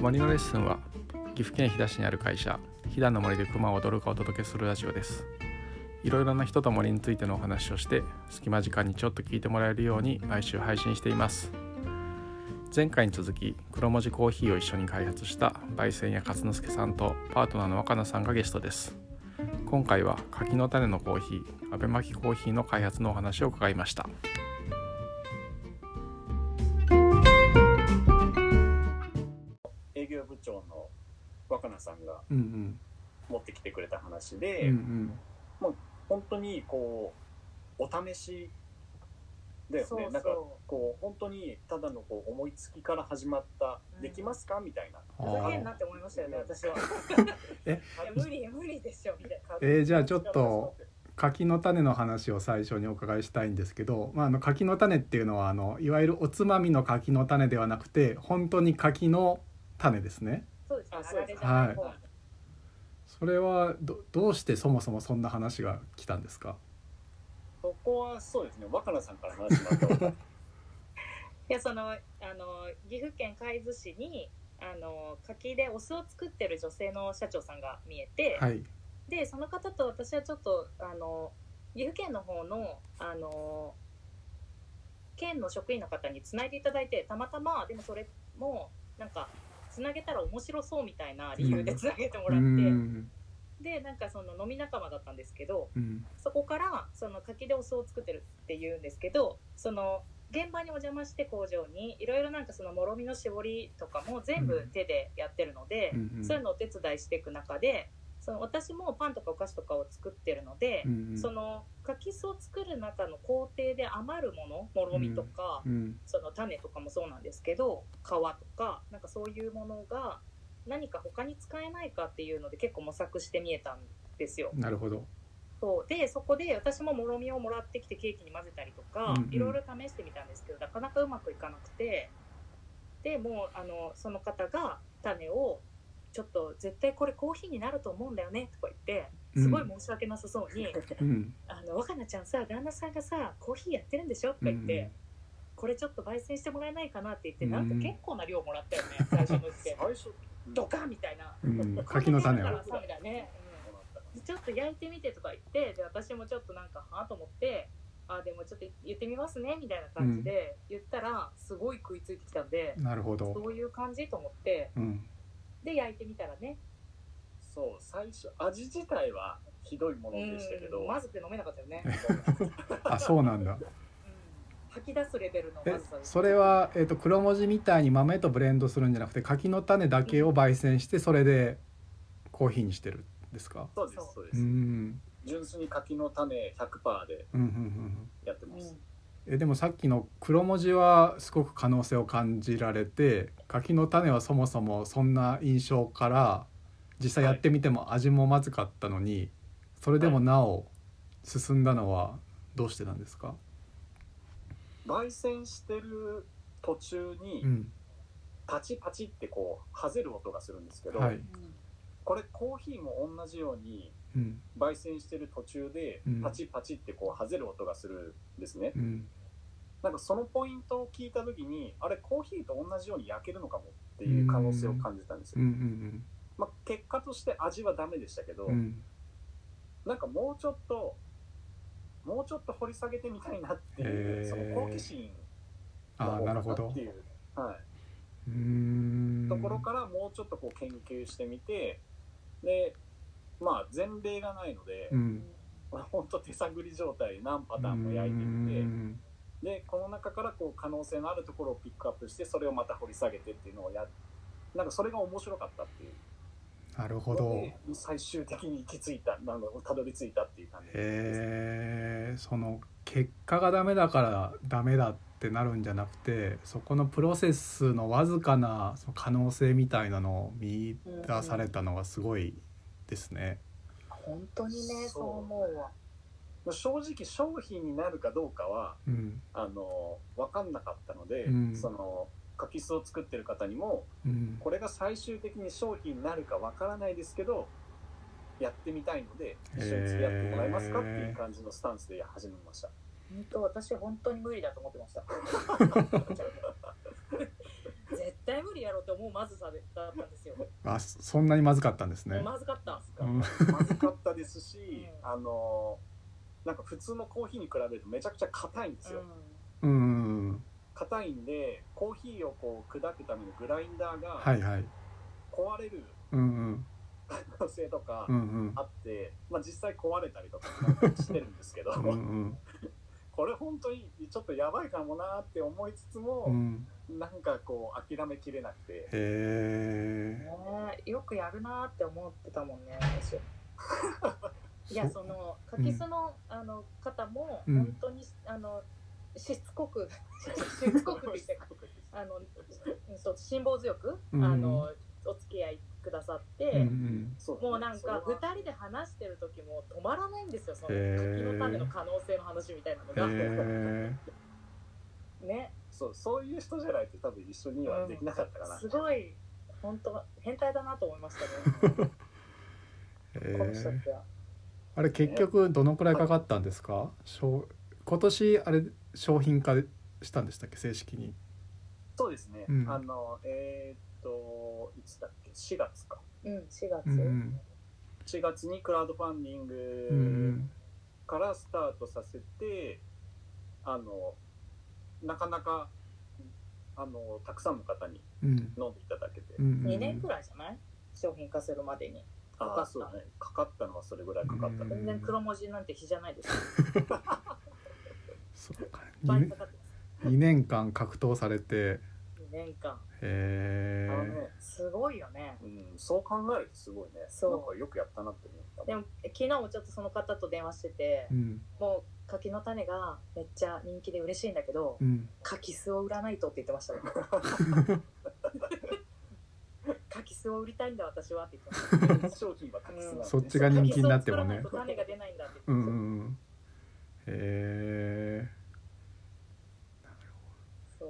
森のレッスンは岐阜県飛騨市にある会社飛騨の森で熊を踊るかお届けするラジオです。いろいろな人と森についてのお話をして隙間時間にちょっと聞いてもらえるように毎週配信しています。前回に続き黒文字コーヒーを一緒に開発した焙煎屋勝之助さんとパートナーの若菜さんがゲストです。今回は柿の種のコーヒー、安倍巻きコーヒーの開発のお話を伺いました。 営業部長の若菜さんが持ってきてくれた話で、もう本当にこうお試しだよね。なんかこう本当にただのこう思いつきから始まった、できますかみたいな。 ふざけんなって思いましたよね、私は。無理でしょみたいな。 じゃあちょっと柿の種の話を最初にお伺いしたいんですけど、柿の種っていうのはいわゆるおつまみの柿の種ではなくて本当に柿の種ですね。 そうですね。 はい。それはどうしてそもそもそんな話が来たんですか？ そこはそうですね。若菜さんから話しました。いや岐阜県海津市に柿でお酢を作ってる女性の社長さんが見えて、 はい、 でその方と私はちょっと岐阜県の方の県の職員の方につないでいただいて、たまたまでもそれもなんかつなげたら面白そうみたいな理由でつなげてもらって、でなんかその飲み仲間だったんですけど、そこからその柿でお酢を作ってるっていうんですけど、その現場にお邪魔して工場にいろいろなんかそのもろみの絞りとかも全部手でやってるので、そういうのをお手伝いしていく中で、その私もパンとかお菓子とかを作ってるので、その柿酢を作る中の工程で余るもの、もろみとか、その種とかもそうなんですけど、皮とかなんかそういうものが何か他に使えないかっていうので結構模索してみえたんですよ。 なるほど。 そうでそこで私ももろみをもらってきてケーキに混ぜたりとかいろいろ試してみたんですけど、なかなかうまくいかなくて、でもうその方が種をちょっと絶対これコーヒーになると思うんだよねとか言ってすごい申し訳なさそうに、若菜ちゃんさ、旦那さんがさコーヒーやってるんでしょとか言って、これちょっと焙煎してもらえないかなって言って、なんか結構な量もらったよね、最初の時点ドカンみたいな、 柿の種をちょっと焼いてみてとか言って、で私もちょっとなんかと思って、でもちょっと言ってみますねみたいな感じで言ったら、すごい食いついてきたんで、 なるほど、 そういう感じと思って、で焼いてみたらね、 そう最初味自体はひどいものでしたけど、 まずくて飲めなかったよね。 あ、そうなんだ。 吐き出すレベルのまずさです。 それは、黒文字みたいに豆とブレンドするんじゃなくて柿の種だけを焙煎してそれでコーヒーにしてるんですか？ そうですそうです。純粋に柿の種 100% でやってます。 でもさっきの黒文字はすごく可能性を感じられて、柿の種はそもそもそんな印象から実際やってみても味もまずかったのに、それでもなお進んだのはどうしてなんですか？ 焙煎してる途中にパチパチってこうはぜる音がするんですけど、これコーヒーも同じように焙煎してる途中でパチパチってこうはぜる音がするんですね。なんかそのポイントを聞いた時に、あれコーヒーと同じように焼けるのかもっていう可能性を感じたんですよ。結果として味はダメでしたけど、なんかもうちょっと掘り下げてみたいなっていう、その好奇心が多かったっていう、ところからもうちょっとこう研究してみて、で前例がないので、本当手探り状態で何パターンも焼いてみて、でこの中からこう可能性のあるところをピックアップしてそれをまた掘り下げてっていうのをなんかそれが面白かったっていう。 なるほど。 最終的にたどり着いたっていう感じです。 その結果がダメだからダメだってなるんじゃなくて、そこのプロセスのわずかなその可能性みたいなのを見出されたのがすごいですね。 本当にね、そう思うわ。 正直商品になるかどうかは、分かんなかったので、その柿酢を作ってる方にも、これが最終的に商品になるかわからないですけどやってみたいので一緒に付き合ってもらえますかっていう感じのスタンスで始めました。 私本当に無理だと思ってました。絶対無理やろうって思うまずさだったんですよ。 あ、そんなにまずかったんですね。 まずかった。 まずかったですし、なんか普通のコーヒーに比べるとめちゃくちゃ硬いんですよ。硬いんでコーヒーをこう砕くためのグラインダーが壊れる可能性とかあって、まあ、実際壊れたりとかしてるんですけどこれ本当にちょっとやばいかもなって思いつつも、なんかこう諦めきれなくて、 よくやるなって思ってたもんね私。いや、そのカキスの、方も本当にしつこくって言って辛抱強くお付き合いくださって、もうなんか2人で話してる時も止まらないんですよ、その柿の種の可能性の話みたいなのがね。 そういう人じゃないと多分一緒にはできなかったかな。 すごい本当変態だなと思いましたねこの人たちは。 あれ結局どのくらいかかったんですか？今年あれ商品化したんでしたっけ、正式に？ そうですね、いつだっけ、4月か。 4月、 4月にクラウドファンディングからスタートさせて、なかなかたくさんの方に飲んでいただけて、 2年くらいじゃない？商品化するまでにそうね、かかったのはそれぐらいかかった。 全然黒文字なんて比じゃないですそうか、2年間格闘されて。 2年間すごいよね。 そう考えるとすごいね。なんかよくやったなって思った。 でも昨日もちょっとその方と電話してて、もう柿の種がめっちゃ人気で嬉しいんだけど、柿酢を売らないとって言ってましたね柿酢を売りたいんだ私はって言ってました商品は柿酢なんで、 そっちが人気になってもね。 種が出ないんだって言ってましたそう。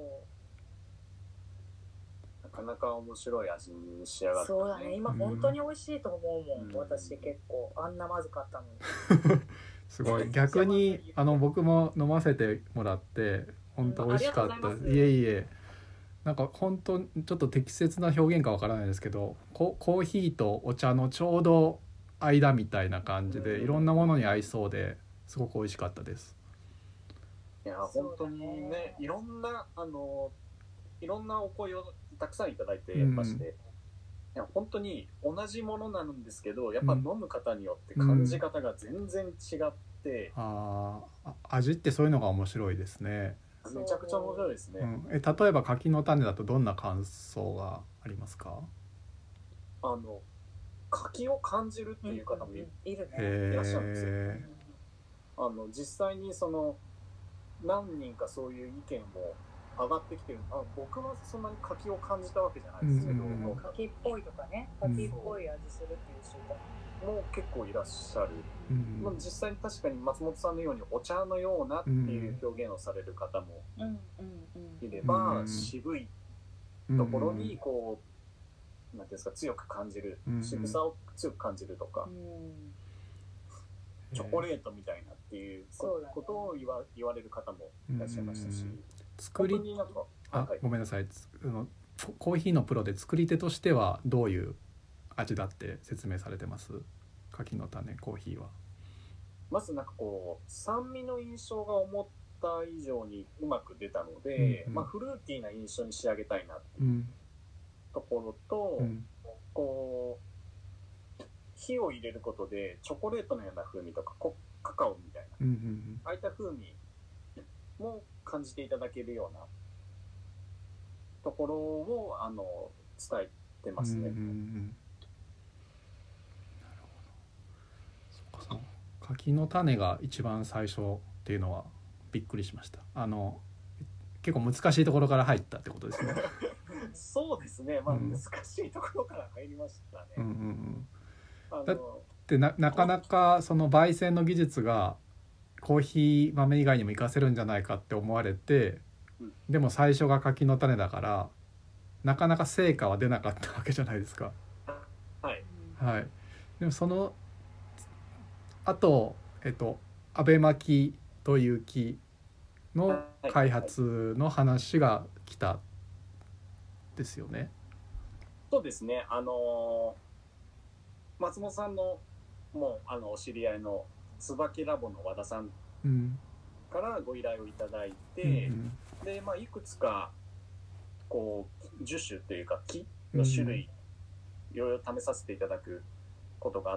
なかなか面白い味に仕上がった、 そうだね、今本当に美味しいと思うもん、私結構あんなまずかったのにすごい逆に僕も飲ませてもらって本当美味しかった。いえいえ、なんか本当ちょっと適切な表現かわからないですけど、コーヒーとお茶のちょうど間みたいな感じでいろんなものに合いそうですごく美味しかったです。 いや本当にね、いろんなお声をたくさんいただいてまして、いや本当に同じものなんですけど、やっぱ飲む方によって感じ方が全然違って、 味ってそういうのが面白いですね。 めちゃくちゃ面白いですね。 例えば柿の種だとどんな感想がありますか？ 柿を感じるっていう方もいらっしゃるんですよ。実際にその何人かそういう意見も上がってきてる。僕はそんなに柿を感じたわけじゃないですけど、 柿っぽいとかね、柿っぽい味するっていう人も結構いらっしゃる。実際に確かに松本さんのようにお茶のようなっていう表現をされる方もいれば、渋いところにこうなんていうんですか、強く感じる、渋さを強く感じるとか、チョコレートみたいなっていうことを言われる方もいらっしゃいましたし、 ごめんなさい、コーヒーのプロで作り手としてはどういう味だって説明されてます？柿の種コーヒーは。 まずなんかこう酸味の印象が思った以上にうまく出たので、フルーティーな印象に仕上げたいなっていうところと、こう火を入れることでチョコレートのような風味とかカカオみたいな、ああいった風味も感じていただけるようなところを伝えてますね。 柿の種が一番最初っていうのはびっくりしました。結構難しいところから入ったってことですね。 そうですね、難しいところから入りましたね。 だってなかなかその焙煎の技術がコーヒー豆以外にも活かせるんじゃないかって思われて、でも最初が柿の種だからなかなか成果は出なかったわけじゃないですか。でもそのあとアベマキという木の開発の話が来たですよね。 ですね、松本さんのもうお知り合いの椿ラボの和田さんからご依頼をいただいて、で、いくつかこう樹種というか木の種類、いろいろ試させていただくことがあって、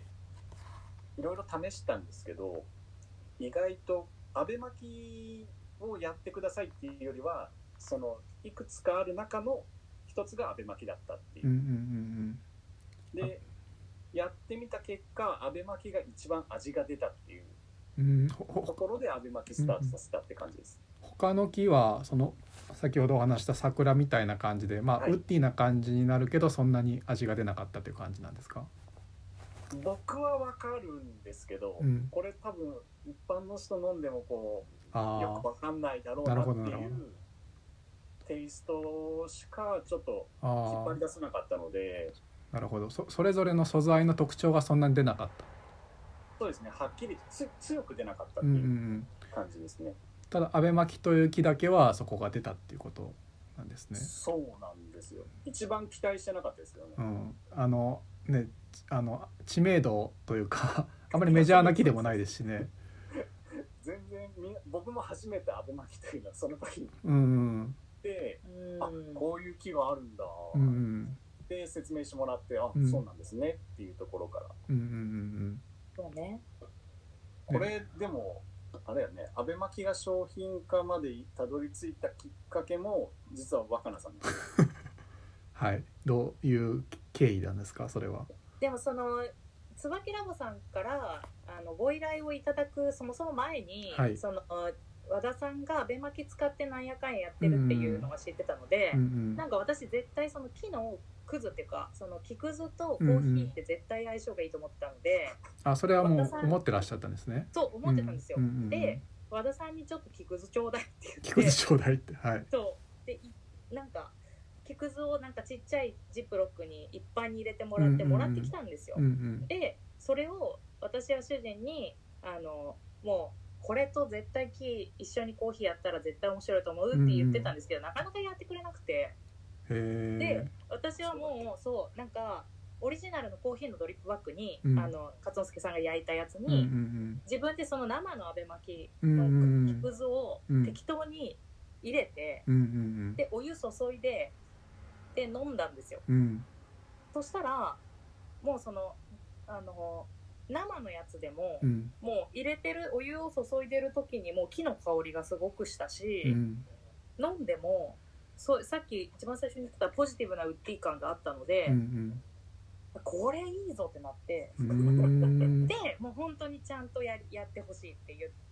いろいろ試したんですけど、意外とアベマキをやってくださいっていうよりは、そのいくつかある中の一つがアベマキだったっていう。で、やってみた結果、アベマキが一番味が出たっていうところでアベマキスタートさせたって感じです。 他の木はその先ほどお話した桜みたいな感じで、ウッディな感じになるけど、そんなに味が出なかったという感じなんですか？ 僕はわかるんですけど、これ多分一般の人飲んでもこうよくわかんないだろうなっていうテイストしかちょっと引っ張り出せなかったので。 なるほど。それぞれの素材の特徴がそんなに出なかった。 そうですね、はっきり強く出なかったっていう感じですね。 ただアベマキという木だけはそこが出たっていうことなんですね。 そうなんですよ。一番期待してなかったですよね。知名度というかあまりメジャーな木でもないですしね。 全然僕も初めてアベマキというのはその時にで、こういう木があるんだって説明してもらって、そうなんですねっていうところから。 そうね。 これでもあれやね、アベマキが商品化までたどり着いたきっかけも実は若菜さんです。 はい。どういう経緯なんですか、それは。 でもその椿ラボさんからご依頼をいただくそもそも前に、その和田さんがアベマキ使ってなんやかんやってるっていうのは知ってたので、なんか私絶対その木のくずっていうか、その木くずとコーヒーって絶対相性がいいと思ってたので、 それはもう思ってらっしゃったんですね。 そう思ってたんですよ。で、和田さんにちょっと木くずちょうだいって言って、 木くずちょうだいって、 そうで、なんか木くずをなんかちっちゃいジップロックにいっぱいに入れてもらってきたんですよ。で、それを私は主人にもうこれと絶対一緒にコーヒーやったら絶対面白いと思うって言ってたんですけど、なかなかやってくれなくて、で私はもうそうなんかオリジナルのコーヒーのドリップバッグに、勝之助さんが焼いたやつに、自分でその生のアベマキの木くずを適当に入れて、でお湯注いで飲んだんですよ。そしたらもうその生のやつでも、もう入れてるお湯を注いでる時にもう木の香りがすごくしたし、飲んでもさっき一番最初に言ってたポジティブなウッディ感があったので、これいいぞってなって、でもう本当にちゃんとやってほしいって言って、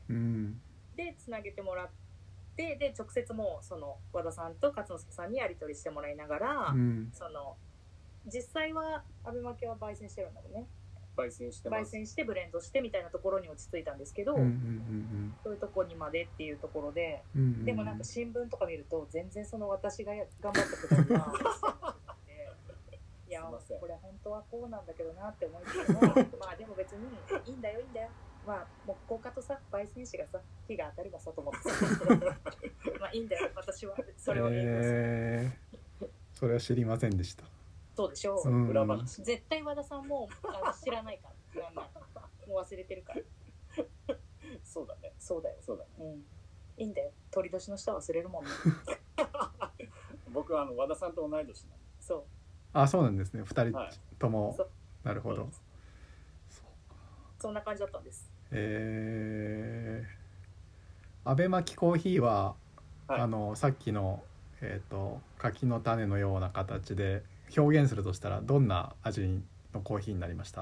でつなげてもらって、で直接もうその和田さんと勝之助さんにやり取りしてもらいながら、その実際はアベマキは焙煎してるんだもんね。 焙煎してブレンドしてみたいなところに落ち着いたんですけど、そういうところにまでっていうところで、でもなんか新聞とか見ると全然その私が頑張ったことがいやこれ本当はこうなんだけどなって思いつつもまあでも別にいいんだよまあ木工家とさ焙煎士がさ火が当たればさと思ってまあいいんだよ私はそれをそれは知りませんでした。 そうでしょう、裏話。絶対和田さんも知らないからもう忘れてるからそうだね。 そうだよ、いいんだよ、鳥年の下忘れるもんね僕は和田さんと同い年なんで。 そうなんですね、2人とも、なるほど。 そんな感じだったんです。 アベマキコーヒーは、さっきの柿の種のような形で表現するとしたらどんな味のコーヒーになりました？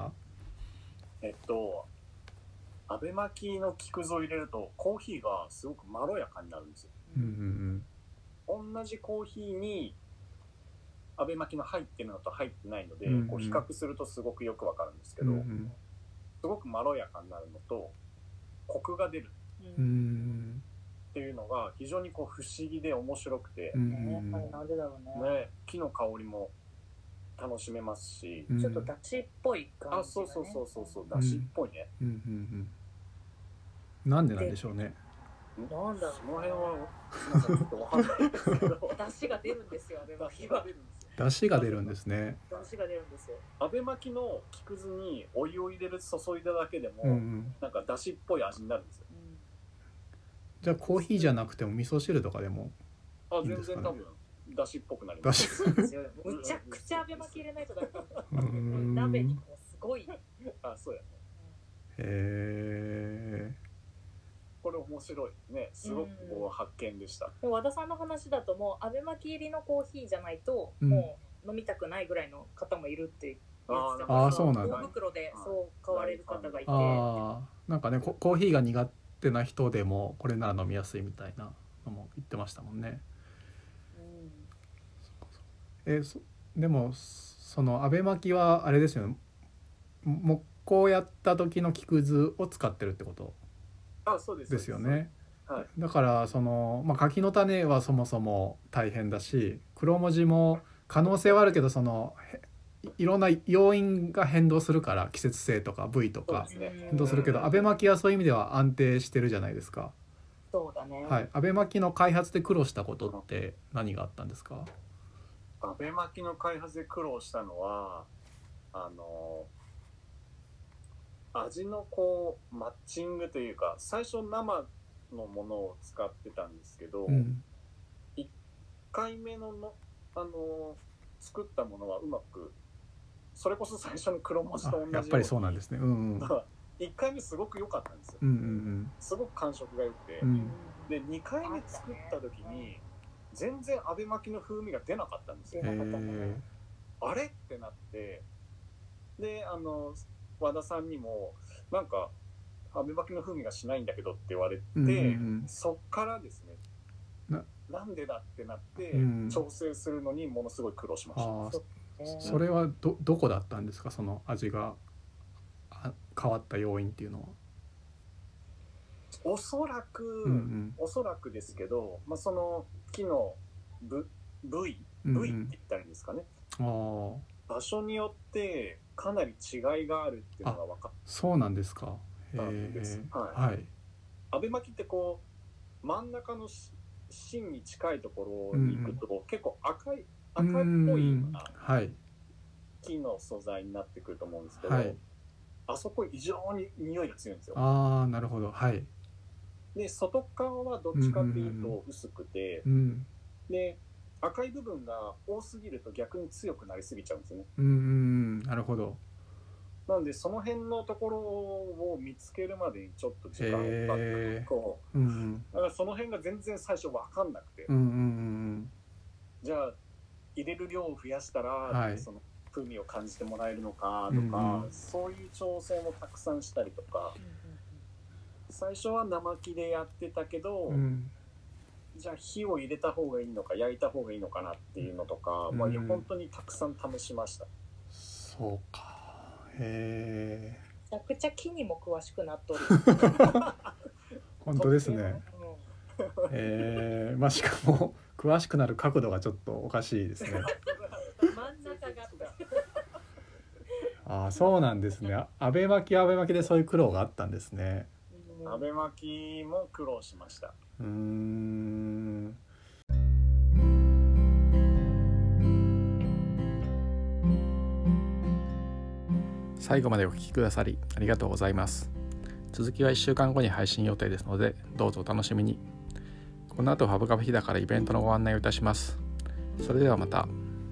アベマキの木くずを入れるとコーヒーがすごくまろやかになるんですよ。同じコーヒーにアベマキの入ってるのと入ってないので、こう比較するとすごくよくわかるんですけど、すごくまろやかになるのとコクが出るっていうのが非常にこう不思議で面白くて、 なんでだろうね。 木の香りも楽しめますし、 ちょっとだしっぽい感じ、 そうだしっぽいね。 なんでなんでしょうね。 なんだろう、 その辺はすみませんちょっとわかんないですけど出汁が出るんですよ、アベマキは。 出汁が出るんですね。 出汁が出るんですよ。 アベマキの木くずにお湯を入れる注いだだけでも、 うんうん、 なんか出汁っぽい味になるんですよ、 じゃあコーヒーじゃなくても味噌汁とかでもいいんですかね。 全然多分出汁っぽくなります。 そうですよ。むちゃくちゃアベマキ入れないとダメなんだ。鍋にこうすごい。 そうやね。 へえ。 これ面白いね。すごくこう発見でした。 でも和田さんの話だともうアベマキ入りのコーヒーじゃないともう飲みたくないぐらいの方もいるって言ってた。 ああ、そうなんだ。 大袋でそう買われる方がいて。 なんかねコーヒーが苦手な人でもこれなら飲みやすいみたいなのも言ってましたもんね。でもそのアベマキはあれですよね。木工やった時の木くずを使ってるってことですよね。 はい、 だからその、柿の種はそもそも大変だし、黒文字も可能性はあるけど、そのいろんな要因が変動するから、季節性とか部位とか変動するけど、アベマキはそういう意味では安定してるじゃないですか。 そうだね。 はい、アベマキの開発で苦労したことって何があったんですか？ アベマキの開発で苦労したのは味のこうマッチングというか、最初生のものを使ってたんですけど、1回目の作ったものはうまく、それこそ最初の黒文字と同じように、 やっぱりそうなんですね。 1回目すごく良かったんですよ、すごく感触が良くて、で2回目作った時に全然アベマキの風味が出なかったんですよ。あれってなって、で和田さんにもなんかアベマキの風味がしないんだけどって言われて、そっからですね、なんでだってなって、調整するのにものすごい苦労しました。 それはどこだったんですか、その味が変わった要因っていうのは。 おそらくですけど、その木の部位って言ったらいいんですかね、場所によってかなり違いがあるっていうのが分かった。 そうなんですか。 アベマキってこう真ん中の芯に近いところに行くと、結構赤っぽいような木の素材になってくると思うんですけど、あそこ異常に匂いが強いんですよ。 なるほど。 で外側はどっちかっていうと薄くて、で赤い部分が多すぎると逆に強くなりすぎちゃうんですよね。 なるほど。 なのでその辺のところを見つけるまでにちょっと時間がかかってだからその辺が全然最初分かんなくて、じゃあ入れる量を増やしたら、その風味を感じてもらえるのかとか、そういう調整もたくさんしたりとか、最初は生木でやってたけど、じゃあ火を入れた方がいいのか焼いた方がいいのかなっていうのとか、本当にたくさん試しました。 そうか。 めちゃくちゃ木にも詳しくなっとる。 本当ですね。しかも詳しくなる角度がちょっとおかしいですね。 真ん中が。そうなんですね。アベマキでそういう苦労があったんですね。 アベマキも苦労しました。 最後までお聞きくださりありがとうございます。続きは1週間後に配信予定ですので、どうぞお楽しみに。この後ファブカフェ飛騨からイベントのご案内をいたします。それではまた。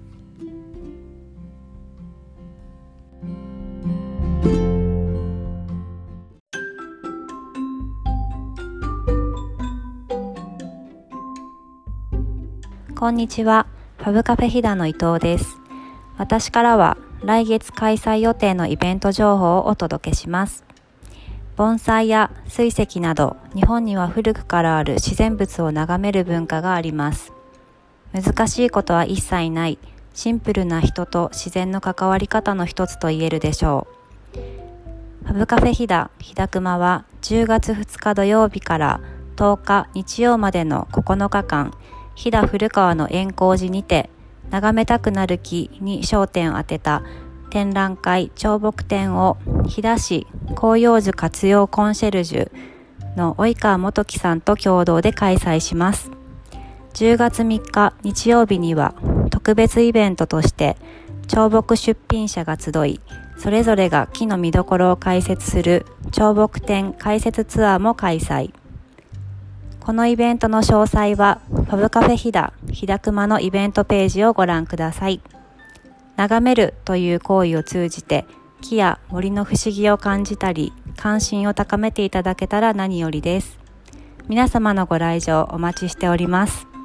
こんにちは、ファブカフェ飛騨の伊藤です。私からは来月開催予定のイベント情報をお届けします。盆栽や水石など、日本には古くからある自然物を眺める文化があります。難しいことは一切ない、シンプルな人と自然の関わり方の一つと言えるでしょう。ファブカフェ飛騨飛騨熊は10月2日土曜日から10日日曜までの9日間、飛騨古川の円光寺にて、眺めたくなる木に焦点を当てた展覧会彫木展を飛騨市広葉樹活用コンシェルジュの及川元樹さんと共同で開催します。10月3日日曜日には特別イベントとして彫木出品者が集い、それぞれが木の見どころを解説する彫木展解説ツアーも開催。このイベントの詳細はファブカフェ飛騨飛騨熊のイベントページをご覧ください。眺めるという行為を通じて木や森の不思議を感じたり関心を高めていただけたら何よりです。皆様のご来場お待ちしております。